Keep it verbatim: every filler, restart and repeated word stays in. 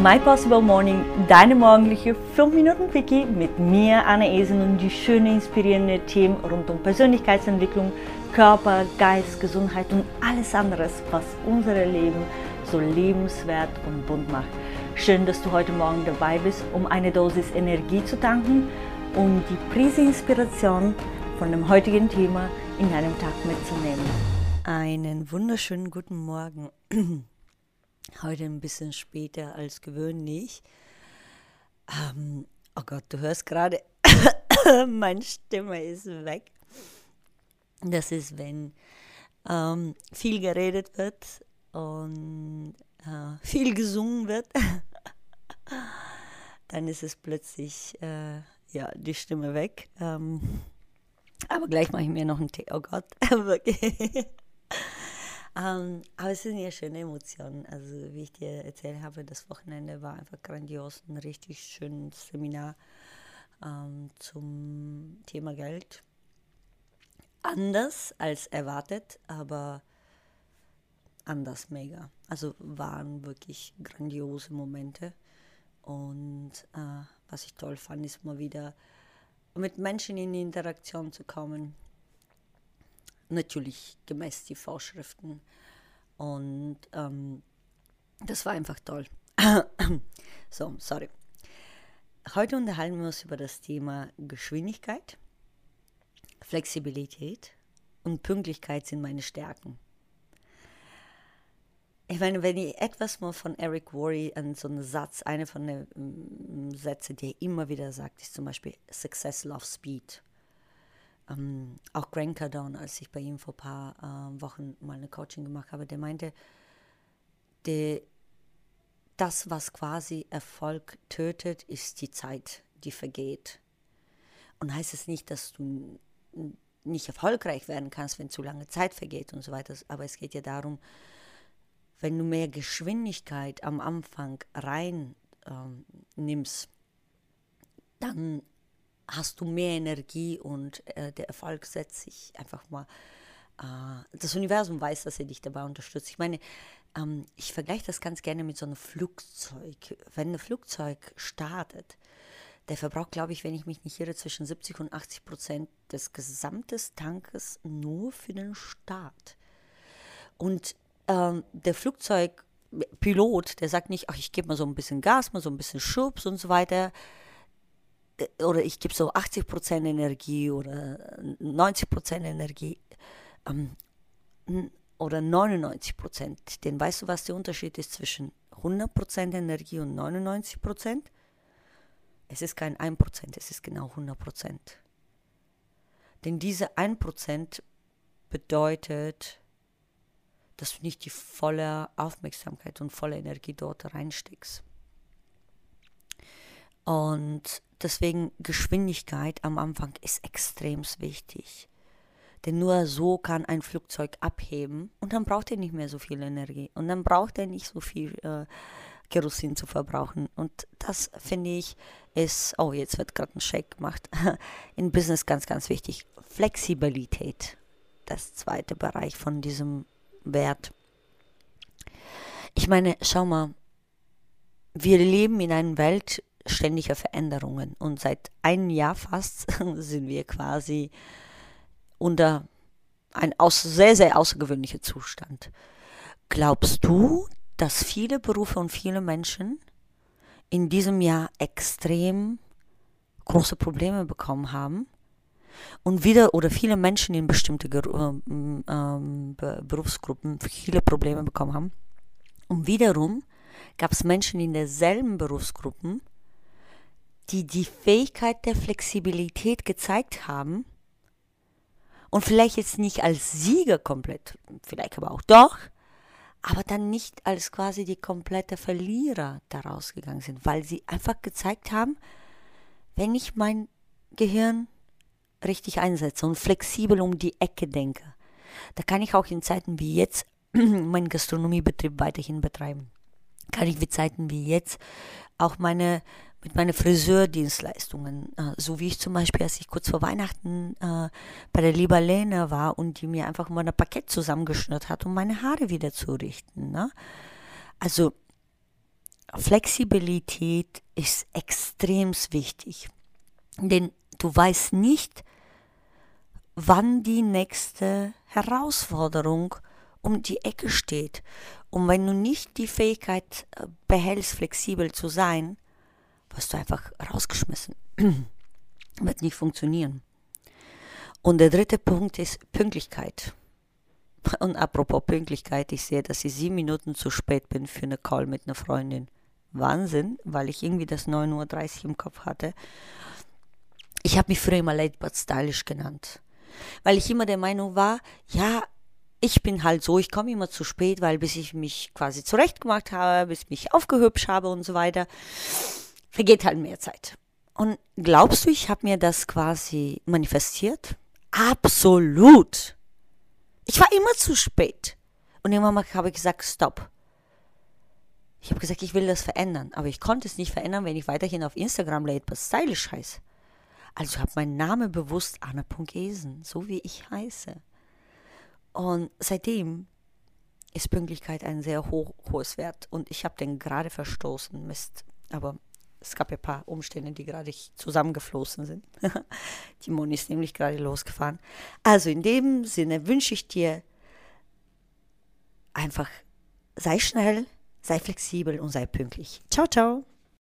My Possible Morning, deine morgendliche fünf Minuten Quickie mit mir, Anna Esen, und die schönen, inspirierenden Themen rund um Persönlichkeitsentwicklung, Körper, Geist, Gesundheit und alles anderes, was unser Leben so lebenswert und bunt macht. Schön, dass du heute Morgen dabei bist, um eine Dosis Energie zu tanken und die Prise Inspiration von dem heutigen Thema in deinem Tag mitzunehmen. Einen wunderschönen guten Morgen. Heute ein bisschen später als gewöhnlich. Ähm, oh Gott, du hörst gerade, meine Stimme ist weg. Das ist, wenn ähm, viel geredet wird und äh, viel gesungen wird. Dann ist es plötzlich, äh, ja, die Stimme weg. Ähm, aber gleich mache ich mir noch einen Tee. Oh Gott, wirklich. Um, aber es sind ja schöne Emotionen. Also wie ich dir erzählt habe, das Wochenende war einfach grandios, ein richtig schönes Seminar um, zum Thema Geld. Anders als erwartet, aber anders mega. Also waren wirklich grandiose Momente. Und uh, was ich toll fand, ist mal wieder mit Menschen in Interaktion zu kommen. Natürlich gemäß die Vorschriften. Und ähm, das war einfach toll. So, sorry. Heute unterhalten wir uns über das Thema Geschwindigkeit, Flexibilität und Pünktlichkeit sind meine Stärken. Ich meine, wenn ich etwas mal von Eric Worre an so einen Satz, eine von den um, Sätzen, die er immer wieder sagt, ist zum Beispiel Success loves speed. Ähm, auch Grant Cardone, als ich bei ihm vor ein paar äh, Wochen mal eine Coaching gemacht habe, der meinte, die, das, was quasi Erfolg tötet, ist die Zeit, die vergeht. Und heißt es nicht, dass du n- nicht erfolgreich werden kannst, wenn zu lange Zeit vergeht und so weiter, aber es geht ja darum, wenn du mehr Geschwindigkeit am Anfang rein ähm, nimmst, dann hast du mehr Energie und äh, der Erfolg setzt sich einfach mal, äh, das Universum weiß, dass er dich dabei unterstützt. Ich meine, ähm, ich vergleiche das ganz gerne mit so einem Flugzeug. Wenn ein Flugzeug startet, der verbraucht, glaube ich, wenn ich mich nicht irre, zwischen siebzig und achtzig Prozent des gesamten Tankes nur für den Start. Und ähm, der Flugzeugpilot, der sagt nicht, ach, ich gebe mal so ein bisschen Gas, mal so ein bisschen Schubs und so weiter, oder ich gebe so achtzig Prozent Energie oder neunzig Prozent Energie ähm, oder neunundneunzig Prozent. Denn weißt du, was der Unterschied ist zwischen hundert Prozent Energie und neunundneunzig Prozent? Es ist kein ein Prozent, es ist genau hundert Prozent. Denn diese ein Prozent bedeutet, dass du nicht die volle Aufmerksamkeit und volle Energie dort reinsteckst. Und deswegen Geschwindigkeit am Anfang ist extrem wichtig. Denn nur so kann ein Flugzeug abheben und dann braucht er nicht mehr so viel Energie. Und dann braucht er nicht so viel äh, Kerosin zu verbrauchen. Und das finde ich ist, oh jetzt wird gerade ein Shake gemacht, in Business ganz, ganz wichtig. Flexibilität, das zweite Bereich von diesem Wert. Ich meine, schau mal, wir leben in einer Welt ständiger Veränderungen und seit einem Jahr fast sind wir quasi unter ein aus, sehr, sehr außergewöhnlicher Zustand. Glaubst du, dass viele Berufe und viele Menschen in diesem Jahr extrem große Probleme bekommen haben und wieder oder viele Menschen in bestimmte Ger- ähm, ähm, Be- Berufsgruppen viele Probleme bekommen haben und wiederum gab es Menschen in derselben Berufsgruppen, die die Fähigkeit der Flexibilität gezeigt haben und vielleicht jetzt nicht als Sieger komplett, vielleicht aber auch doch, aber dann nicht als quasi die komplette Verlierer daraus gegangen sind, weil sie einfach gezeigt haben, wenn ich mein Gehirn richtig einsetze und flexibel um die Ecke denke, da kann ich auch in Zeiten wie jetzt meinen Gastronomiebetrieb weiterhin betreiben. Kann ich in Zeiten wie jetzt auch meine mit meinen Friseurdienstleistungen, äh, so wie ich zum Beispiel, als ich kurz vor Weihnachten äh, bei der Lieber Lena war und die mir einfach mal ein Paket zusammengeschnürt hat, um meine Haare wieder zu richten. Ne? Also Flexibilität ist extrem wichtig, denn du weißt nicht, wann die nächste Herausforderung um die Ecke steht. Und wenn du nicht die Fähigkeit behältst, flexibel zu sein, wirst du einfach rausgeschmissen. Wird nicht funktionieren. Und der dritte Punkt ist Pünktlichkeit. Und apropos Pünktlichkeit, ich sehe, dass ich sieben Minuten zu spät bin für eine Call mit einer Freundin. Wahnsinn, weil ich irgendwie das neun Uhr dreißig im Kopf hatte. Ich habe mich früher immer late but stylish genannt. Weil ich immer der Meinung war, ja, ich bin halt so, ich komme immer zu spät, weil bis ich mich quasi zurechtgemacht habe, bis ich mich aufgehübscht habe und so weiter, vergeht halt mehr Zeit. Und glaubst du, ich habe mir das quasi manifestiert? Absolut. Ich war immer zu spät. Und irgendwann habe ich gesagt, stopp. Ich habe gesagt, ich will das verändern. Aber ich konnte es nicht verändern, wenn ich weiterhin auf Instagram late but stylish heiße. Also ich habe meinen Namen bewusst Anna.esen, so wie ich heiße. Und seitdem ist Pünktlichkeit ein sehr hoch, hohes Wert. Und ich habe den gerade verstoßen. Mist. Aber es gab ja ein paar Umstände, die gerade zusammengeflossen sind. Die Moni ist nämlich gerade losgefahren. Also in dem Sinne wünsche ich dir einfach, sei schnell, sei flexibel und sei pünktlich. Ciao, ciao.